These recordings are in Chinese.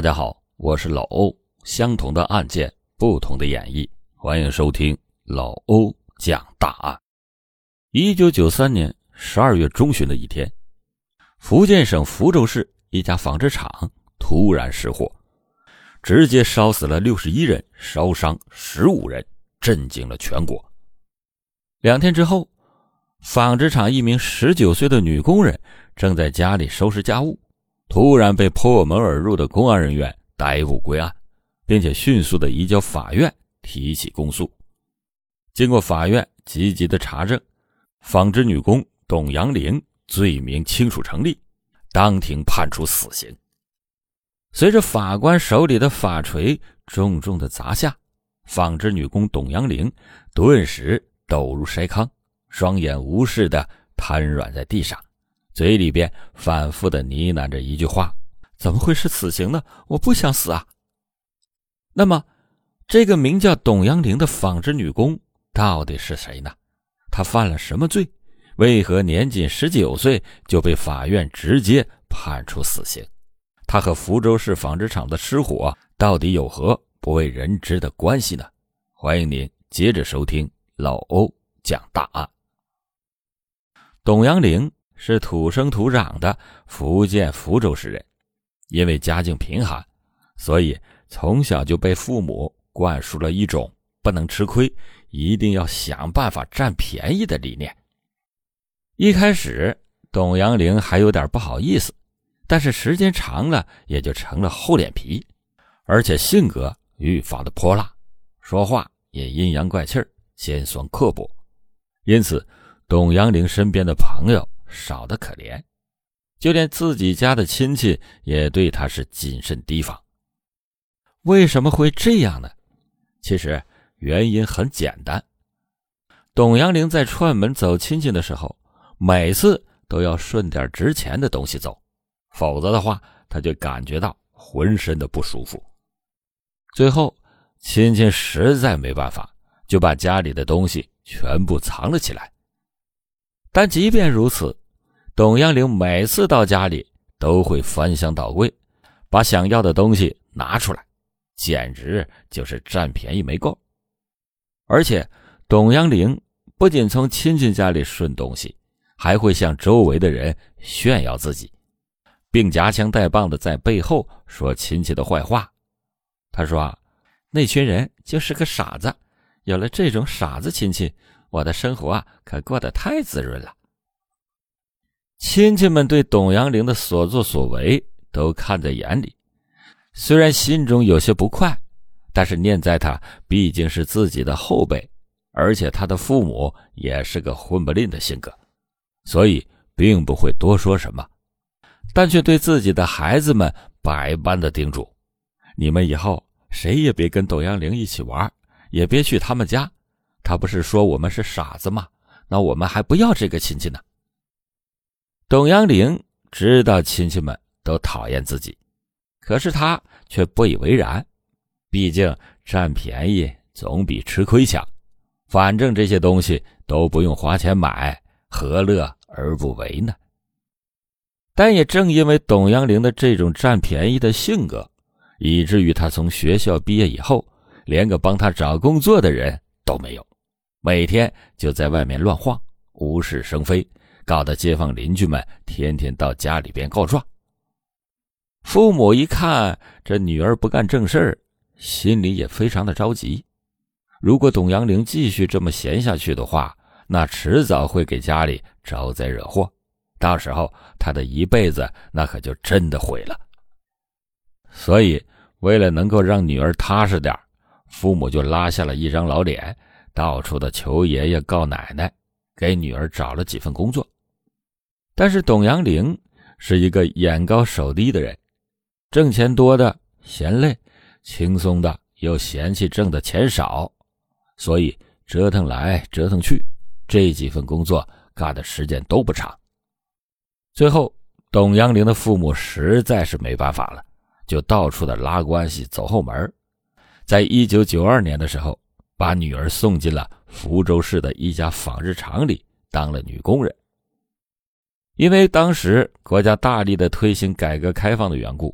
大家好，我是老欧，相同的案件，不同的演绎，欢迎收听老欧讲大案。1993年12月中旬的一天，福建省福州市一家纺织厂突然失火，直接烧死了61人，烧伤15人，震惊了全国。2天之后，纺织厂一名19岁的女工人正在家里收拾家务，突然被破门而入的公安人员逮捕归案，并且迅速地移交法院提起公诉。经过法院积极的查证，纺织女工董阳玲罪名清楚成立，当庭判处死刑。随着法官手里的法锤重重的砸下，纺织女工董阳玲顿时抖如筛糠，双眼无视地瘫软在地上，嘴里边反复地呢喃着一句话：怎么会是死刑呢？我不想死啊！那么这个名叫董阳玲的纺织女工到底是谁呢？她犯了什么罪？为何年仅19岁就被法院直接判处死刑？她和福州市纺织厂的失火到底有何不为人知的关系呢？欢迎您接着收听老欧讲大案。董阳玲是土生土长的福建福州市人，因为家境贫寒，所以从小就被父母灌输了一种不能吃亏，一定要想办法占便宜的理念。一开始董阳玲还有点不好意思，但是时间长了也就成了厚脸皮，而且性格愈发的泼辣，说话也阴阳怪气儿，尖酸刻薄，因此董阳玲身边的朋友少得可怜，就连自己家的亲戚也对她是谨慎提防。为什么会这样呢？其实原因很简单，董阳玲在串门走亲戚的时候，每次都要顺点值钱的东西走，否则的话她就感觉到浑身的不舒服。最后亲戚实在没办法，就把家里的东西全部藏了起来。但即便如此，董阳玲每次到家里都会翻箱倒柜，把想要的东西拿出来，简直就是占便宜没够。而且董阳玲不仅从亲戚家里顺东西，还会向周围的人炫耀自己，并夹枪带棒的在背后说亲戚的坏话。他说那群人就是个傻子，有了这种傻子亲戚，我的生活可过得太滋润了。亲戚们对董阳玲的所作所为都看在眼里，虽然心中有些不快，但是念在他毕竟是自己的后辈，而且他的父母也是个混不吝的性格，所以并不会多说什么，但却对自己的孩子们百般的叮嘱：你们以后谁也别跟董阳玲一起玩，也别去他们家，他不是说我们是傻子吗？那我们还不要这个亲戚呢。董阳玲知道亲戚们都讨厌自己，可是他却不以为然，毕竟占便宜总比吃亏强，反正这些东西都不用花钱买，何乐而不为呢？但也正因为董阳玲的这种占便宜的性格，以至于他从学校毕业以后，连个帮他找工作的人都没有，每天就在外面乱晃，无事生非，搞得街坊邻居们天天到家里边告状。父母一看这女儿不干正事，心里也非常的着急。如果董阳玲继续这么闲下去的话，那迟早会给家里招灾惹祸，到时候她的一辈子那可就真的毁了。所以为了能够让女儿踏实点，父母就拉下了一张老脸，到处的求爷爷告奶奶，给女儿找了几份工作。但是董阳玲是一个眼高手低的人，挣钱多的嫌累，轻松的又嫌弃挣的钱少，所以折腾来折腾去，这几份工作干的时间都不长。最后董阳玲的父母实在是没办法了，就到处的拉关系走后门，在1992年的时候，把女儿送进了福州市的一家纺织厂里当了女工人。因为当时国家大力的推行改革开放的缘故，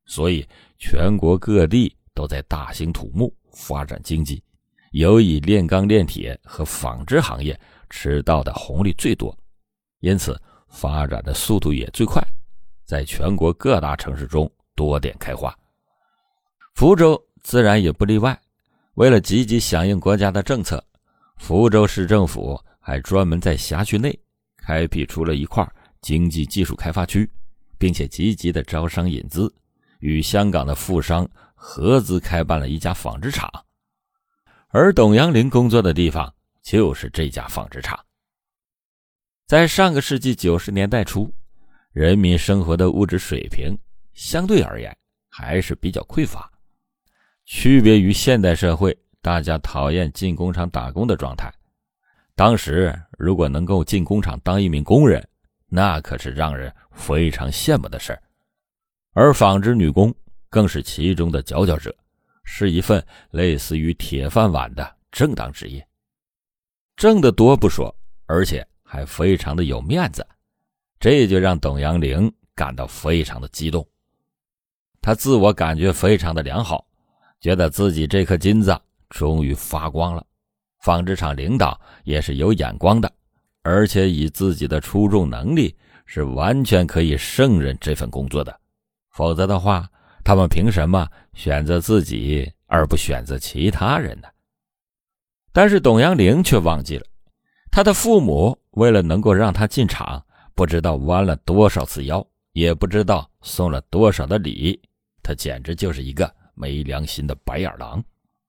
所以全国各地都在大兴土木发展经济，尤以炼钢炼铁和纺织行业吃到的红利最多，因此发展的速度也最快，在全国各大城市中多点开花。福州自然也不例外，为了积极响应国家的政策，福州市政府还专门在辖区内开辟出了一块经济技术开发区，并且积极的招商引资，与香港的富商合资开办了一家纺织厂。而董阳龄工作的地方就是这家纺织厂。在上个世纪90年代初，人民生活的物质水平相对而言还是比较匮乏，区别于现代社会大家讨厌进工厂打工的状态。当时如果能够进工厂当一名工人，那可是让人非常羡慕的事儿。而纺织女工更是其中的佼佼者，是一份类似于铁饭碗的正当职业，挣得多不说，而且还非常的有面子，这就让董阳龄感到非常的激动。他自我感觉非常的良好，觉得自己这颗金子终于发光了，纺织厂领导也是有眼光的，而且以自己的出众能力是完全可以胜任这份工作的，否则的话他们凭什么选择自己而不选择其他人呢？但是董阳龄却忘记了，他的父母为了能够让他进厂，不知道弯了多少次腰，也不知道送了多少的礼，他简直就是一个没良心的白眼狼。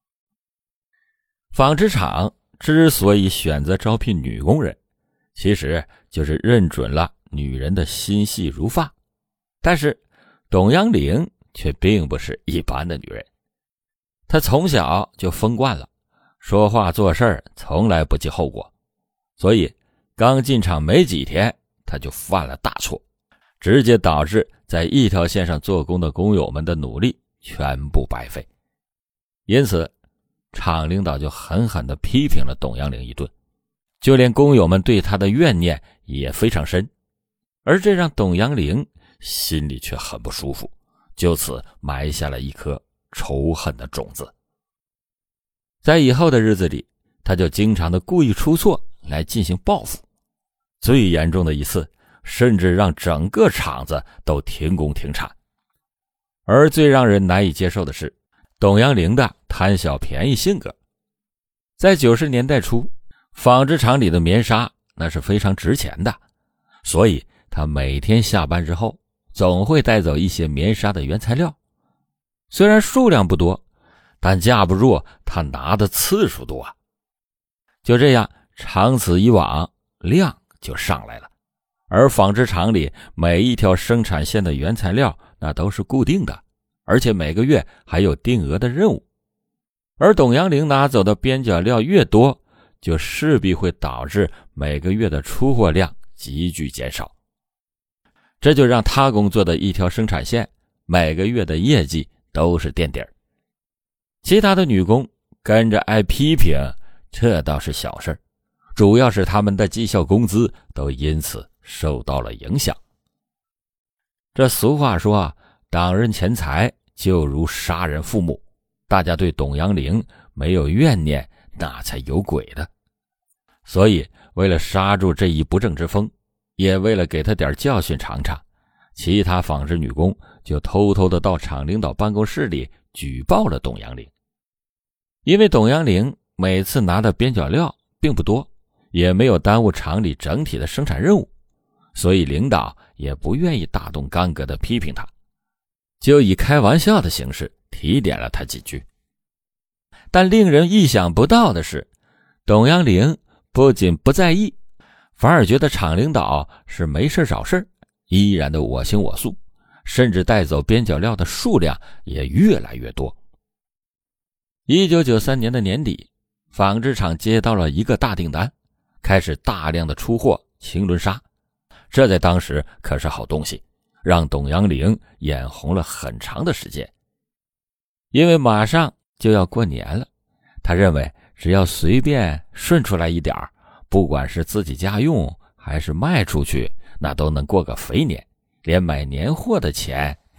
纺织厂之所以选择招聘女工人，其实就是认准了女人的心细如发，但是董阳龄却并不是一般的女人。她从小就疯惯了，说话做事从来不计后果，所以刚进厂没几天，她就犯了大错，直接导致在一条线上做工的工友们的努力全部白费。因此厂领导就狠狠地批评了董阳龄一顿，就连工友们对他的怨念也非常深，而这让董阳龄心里却很不舒服，就此埋下了一颗仇恨的种子。在以后的日子里，他就经常的故意出错来进行报复，最严重的一次甚至让整个厂子都停工停产。而最让人难以接受的是董阳龄的贪小便宜性格。在90年代初，纺织厂里的棉纱那是非常值钱的，所以他每天下班之后总会带走一些棉纱的原材料，虽然数量不多，但架不住他拿的次数多。就这样长此以往，量就上来了，而纺织厂里每一条生产线的原材料那都是固定的，而且每个月还有定额的任务。而董阳龄拿走的边角料越多，就势必会导致每个月的出货量急剧减少，这就让他工作的一条生产线每个月的业绩都是垫底儿。其他的女工跟着挨批评，这倒是小事，主要是他们的绩效工资都因此受到了影响。这俗话说啊，挡人钱财就如杀人父母，大家对董阳龄没有怨念，那才有鬼的。所以为了刹住这一不正之风，也为了给他点教训尝尝，其他纺织女工就偷偷的到厂领导办公室里举报了董阳龄。因为董阳龄每次拿的边角料并不多，也没有耽误厂里整体的生产任务，所以领导也不愿意大动干戈的批评他，就以开玩笑的形式提点了他几句。但令人意想不到的是，董阳龄不仅不在意，反而觉得厂领导是没事找事，依然的我行我素，甚至带走边角料的数量也越来越多。1993年的年底，纺织厂接到了一个大订单，开始大量的出货青纶纱，这在当时可是好东西，让董阳龄眼红了很长的时间。因为马上就要过年了，他认为只要随便顺出来一点，不管是自己家用还是卖出去，那都能过个肥年，连买年货的钱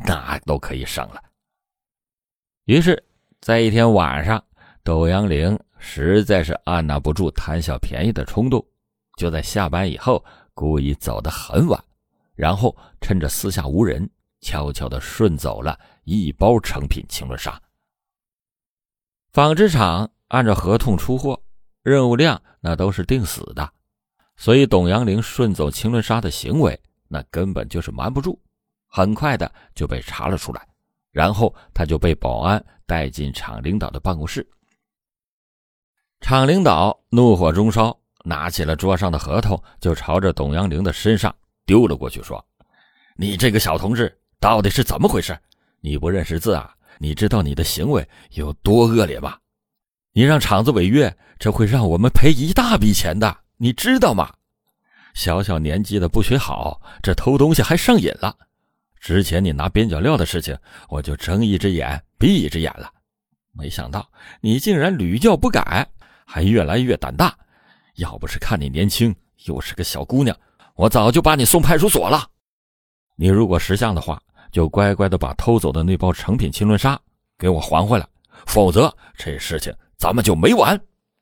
那都可以省了。于是在一天晚上，斗阳岭实在是按捺不住贪小便宜的冲动，就在下班以后故意走得很晚，然后趁着四下无人，悄悄地顺走了1包成品氰论沙。纺织厂按照合同出货，任务量那都是定死的，所以董阳岭顺走氰论沙的行为那根本就是瞒不住，很快的就被查了出来，然后他就被保安带进厂领导的办公室。厂领导怒火中烧，拿起了桌上的合同，就朝着董阳岭的身上丢了过去，说：你这个小同志到底是怎么回事？你不认识字啊？你知道你的行为有多恶劣吗？你让厂子违约，这会让我们赔一大笔钱的，你知道吗？小小年纪的不学好，这偷东西还上瘾了。之前你拿边角料的事情，我就睁一只眼闭一只眼了，没想到你竟然屡教不改，还越来越胆大。要不是看你年轻，又是个小姑娘，我早就把你送派出所了。你如果识相的话，就乖乖的把偷走的那包成品氰论沙给我还回来，否则这事情咱们就没完。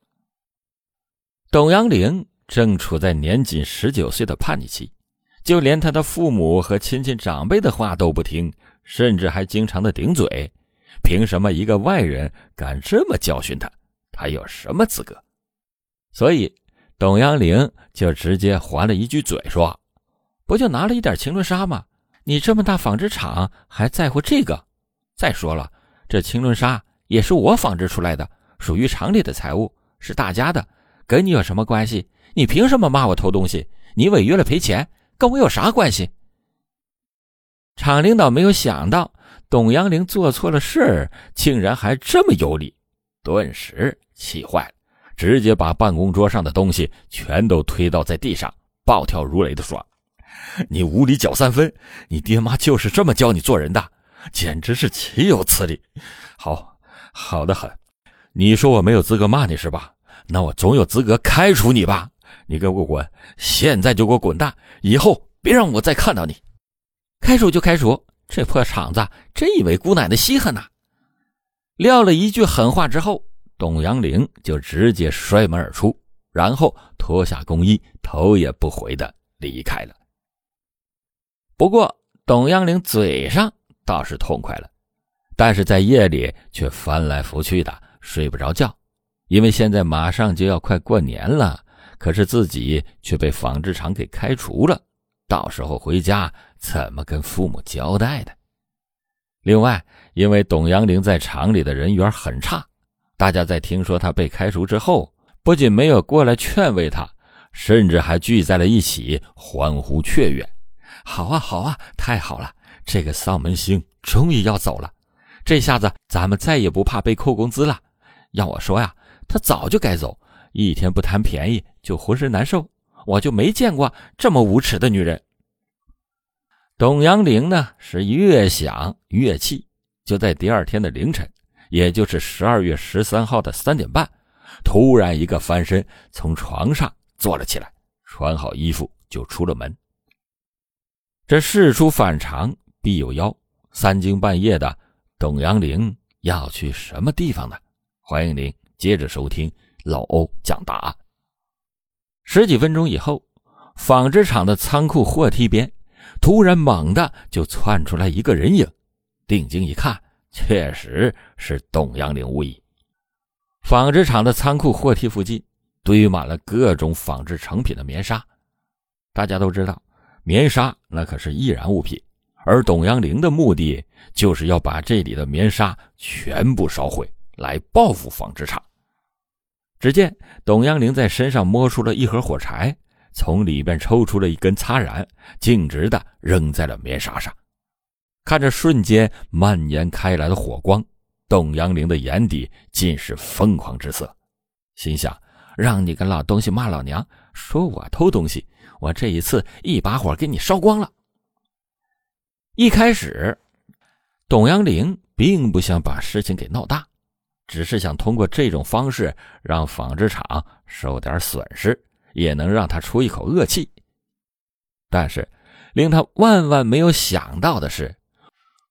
董阳岭正处在年仅19岁的叛逆期，就连他的父母和亲戚长辈的话都不听，甚至还经常的顶嘴。凭什么一个外人敢这么教训他？他有什么资格？所以董阳岭就直接还了一句嘴，说：不就拿了一点氰论沙吗？你这么大纺织厂还在乎这个？再说了，这氰论沙也是我纺织出来的，属于厂里的财物，是大家的，跟你有什么关系？你凭什么骂我偷东西？你违约了赔钱，跟我有啥关系？厂领导没有想到董阳岭做错了事竟然还这么有理，顿时气坏了，直接把办公桌上的东西全都推倒在地上，暴跳如雷地说：你无理搅三分，你爹妈就是这么教你做人的，简直是岂有此理。好的很，你说我没有资格骂你是吧？那我总有资格开除你吧。你给我滚，现在就给我滚蛋，以后别让我再看到你。开除就开除，这破厂子真以为姑奶奶稀罕呐。撂了一句狠话之后，董阳岭就直接摔门而出，然后脱下工衣，头也不回的离开了。不过董阳岭嘴上倒是痛快了，但是在夜里却翻来覆去的睡不着觉，因为现在马上就要快过年了，可是自己却被纺织厂给开除了，到时候回家怎么跟父母交代的？另外，因为董阳岭在厂里的人缘很差，大家在听说他被开除之后，不仅没有过来劝慰他，甚至还聚在了一起欢呼雀跃。好啊好啊，太好了，这个丧门星终于要走了，这下子咱们再也不怕被扣工资了。要我说呀，他早就该走，一天不贪便宜就浑身难受，我就没见过这么无耻的女人。董阳岭呢是越想越气，就在第二天的凌晨，也就是12月13号的3点半，突然一个翻身从床上坐了起来，穿好衣服就出了门。这事出反常必有妖，三更半夜的，董阳岭要去什么地方呢？欢迎您接着收听老欧讲答案。10几分钟以后，纺织厂的仓库货梯边突然猛地就窜出来一个人影，定睛一看，确实是董阳岭无疑。纺织厂的仓库货梯附近堆满了各种纺织成品的棉纱。大家都知道，棉纱那可是易燃物品，而董阳岭的目的就是要把这里的棉纱全部烧毁，来报复纺织厂。只见董阳岭在身上摸出了一盒火柴，从里边抽出了一根擦燃，径直的扔在了棉纱上。看着瞬间蔓延开来的火光，董阳岭的眼底尽是疯狂之色，心想：让你个老东西骂老娘，说我偷东西，我这一次一把火给你烧光了。一开始董阳岭并不想把事情给闹大，只是想通过这种方式让纺织厂受点损失，也能让他出一口恶气。但是令他万万没有想到的是，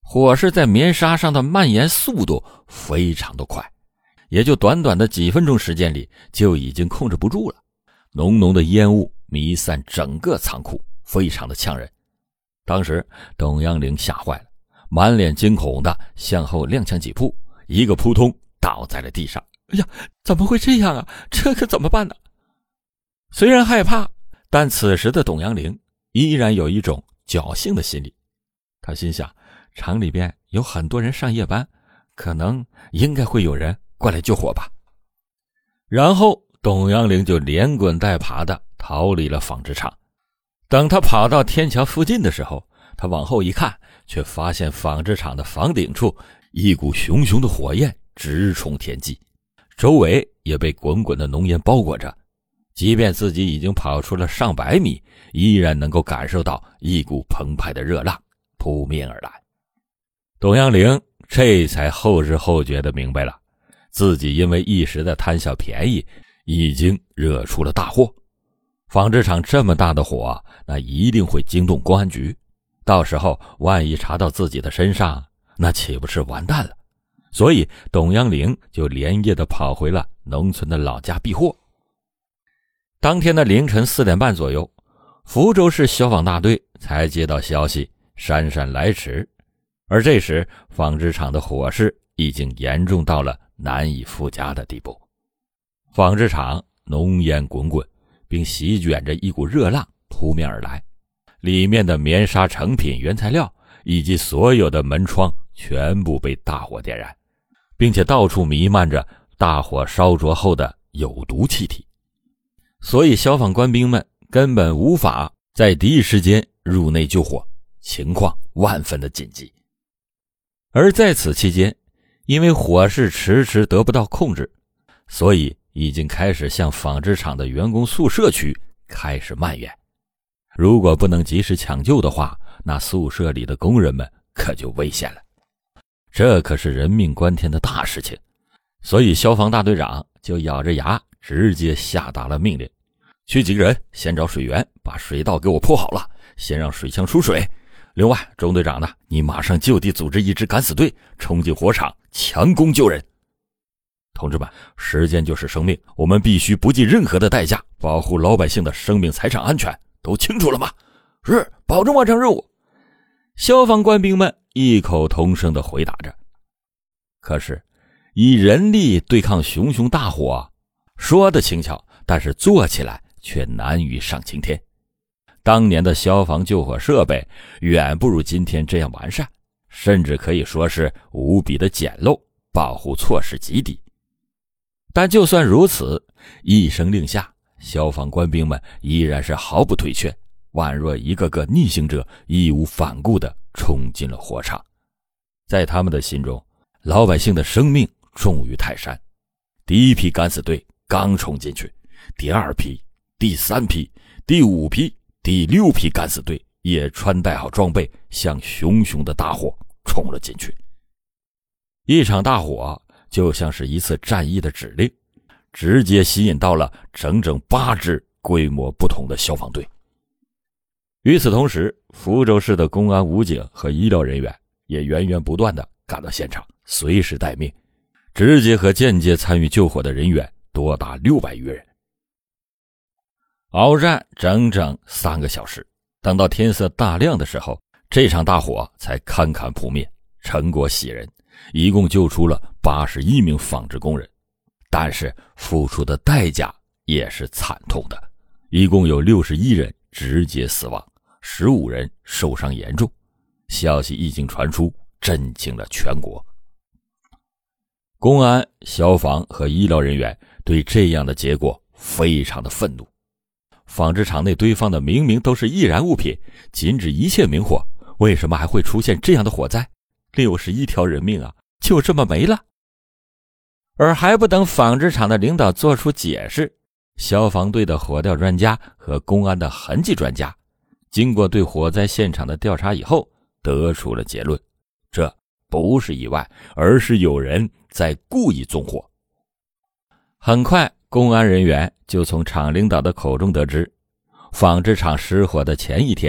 火势在棉纱上的蔓延速度非常的快，也就短短的几分钟时间里就已经控制不住了。浓浓的烟雾弥散整个仓库，非常的呛人。当时董阳玲吓坏了，满脸惊恐的向后踉跄几步，一个扑通倒在了地上。哎呀，怎么会这样啊？这可怎么办呢？虽然害怕，但此时的董阳玲依然有一种侥幸的心理。他心想，厂里边有很多人上夜班，可能应该会有人过来救火吧。然后董阳玲就连滚带爬的逃离了纺织厂。等他跑到天桥附近的时候，他往后一看，却发现纺织厂的房顶处一股熊熊的火焰直冲天际，周围也被滚滚的浓烟包裹着。即便自己已经跑出了上百米，依然能够感受到一股澎湃的热浪扑面而来。董阳玲这才后知后觉地明白了，自己因为一时的贪小便宜，已经惹出了大祸。纺织厂这么大的火，那一定会惊动公安局，到时候万一查到自己的身上，那岂不是完蛋了？所以董阳玲就连夜地跑回了农村的老家避祸。当天的凌晨4点半左右，福州市消防大队才接到消息，姗姗来迟。而这时纺织厂的火势已经严重到了难以复加的地步。纺织厂浓烟滚滚，并席卷着一股热浪扑面而来，里面的棉纱成品原材料以及所有的门窗全部被大火点燃，并且到处弥漫着大火烧灼后的有毒气体。所以消防官兵们根本无法在第一时间入内救火，情况万分的紧急。而在此期间，因为火势迟迟得不到控制，所以已经开始向纺织厂的员工宿舍区开始蔓延。如果不能及时抢救的话，那宿舍里的工人们可就危险了。这可是人命关天的大事情，所以消防大队长就咬着牙直接下达了命令，去几个人先找水源，把水道给我铺好了，先让水枪出水。另外，中队长呢，你马上就地组织一支敢死队冲进火场，强攻救人。同志们，时间就是生命，我们必须不计任何的代价保护老百姓的生命财产安全，都清楚了吗？是，保证完成任务。消防官兵们异口同声地回答着。可是以人力对抗熊熊大火，说的轻巧，但是做起来却难于上青天。当年的消防救火设备远不如今天这样完善，甚至可以说是无比的简陋，保护措施极低。但就算如此，一声令下，消防官兵们依然是毫不退却，宛若一个个逆行者，义无反顾地冲进了火场。在他们的心中，老百姓的生命重于泰山。第一批敢死队刚冲进去，第二批、第三批、第五批、第六批敢死队也穿戴好装备，向熊熊的大火冲了进去。一场大火就像是一次战役的指令，直接吸引到了整整8支规模不同的消防队。与此同时，福州市的公安武警和医疗人员也源源不断地赶到现场，随时待命，直接和间接参与救火的人员多达600余人。鏖战整整3个小时，等到天色大亮的时候，这场大火才堪堪扑灭，成果喜人，一共救出了81名纺织工人。但是付出的代价也是惨痛的，一共有61人直接死亡，15人受伤严重。消息一经传出，震惊了全国。公安、消防和医疗人员对这样的结果非常的愤怒。纺织厂内堆放的明明都是易燃物品，禁止一切明火，为什么还会出现这样的火灾？61条人命啊，就这么没了。而还不等纺织厂的领导做出解释，消防队的火调专家和公安的痕迹专家经过对火灾现场的调查以后，得出了结论，这不是意外，而是有人在故意纵火。很快，公安人员就从厂领导的口中得知，纺织厂失火的前一天，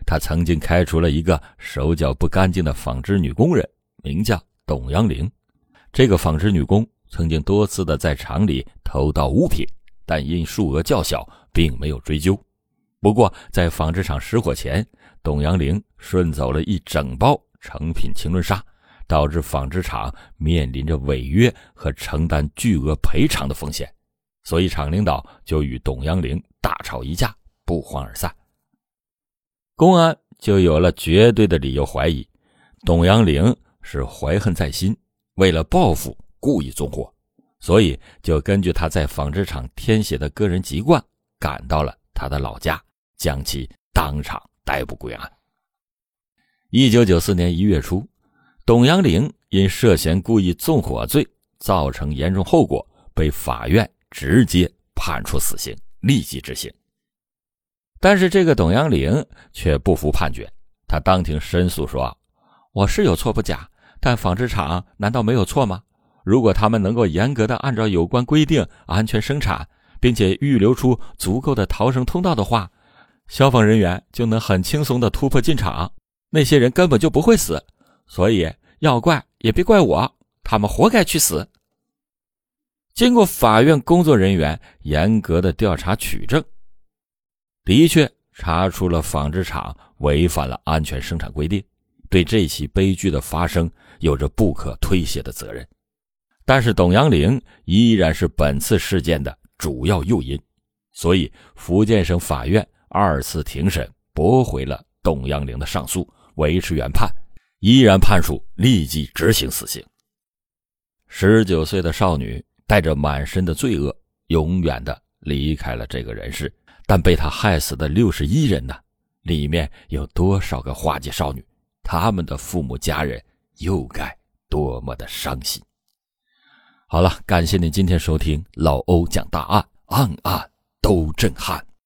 他曾经开除了一个手脚不干净的纺织女工人，名叫董阳玲。这个纺织女工曾经多次的在厂里偷盗物品，但因数额较小，并没有追究。不过在纺织厂失火前，董阳玲顺走了一整包成品青纶纱，导致纺织厂面临着违约和承担巨额赔偿的风险，所以厂领导就与董阳玲大吵一架，不欢而散。公安就有了绝对的理由怀疑董阳玲是怀恨在心，为了报复故意纵火，所以就根据他在纺织厂填写的个人籍贯赶到了他的老家，将其当场逮捕归案。1994年1月初，董阳玲因涉嫌故意纵火罪造成严重后果，被法院直接判处死刑，立即执行。但是这个董阳玲却不服判决，他当庭申诉说，我是有错不假，但纺织厂难道没有错吗？如果他们能够严格的按照有关规定安全生产，并且预留出足够的逃生通道的话，消防人员就能很轻松的突破进厂，那些人根本就不会死，所以要怪也别怪我，他们活该去死。经过法院工作人员严格的调查取证，的确查出了纺织厂违反了安全生产规定，对这起悲剧的发生有着不可推卸的责任。但是董阳玲依然是本次事件的主要诱因，所以福建省法院2次庭审驳回了董阳玲的上诉，维持原判，依然判处立即执行死刑。19岁的少女带着满身的罪恶，永远的离开了这个人世，但被她害死的61人呢，里面有多少个花季少女？他们的父母家人又该多么的伤心。好了，感谢您今天收听老欧讲大案，案案都震撼。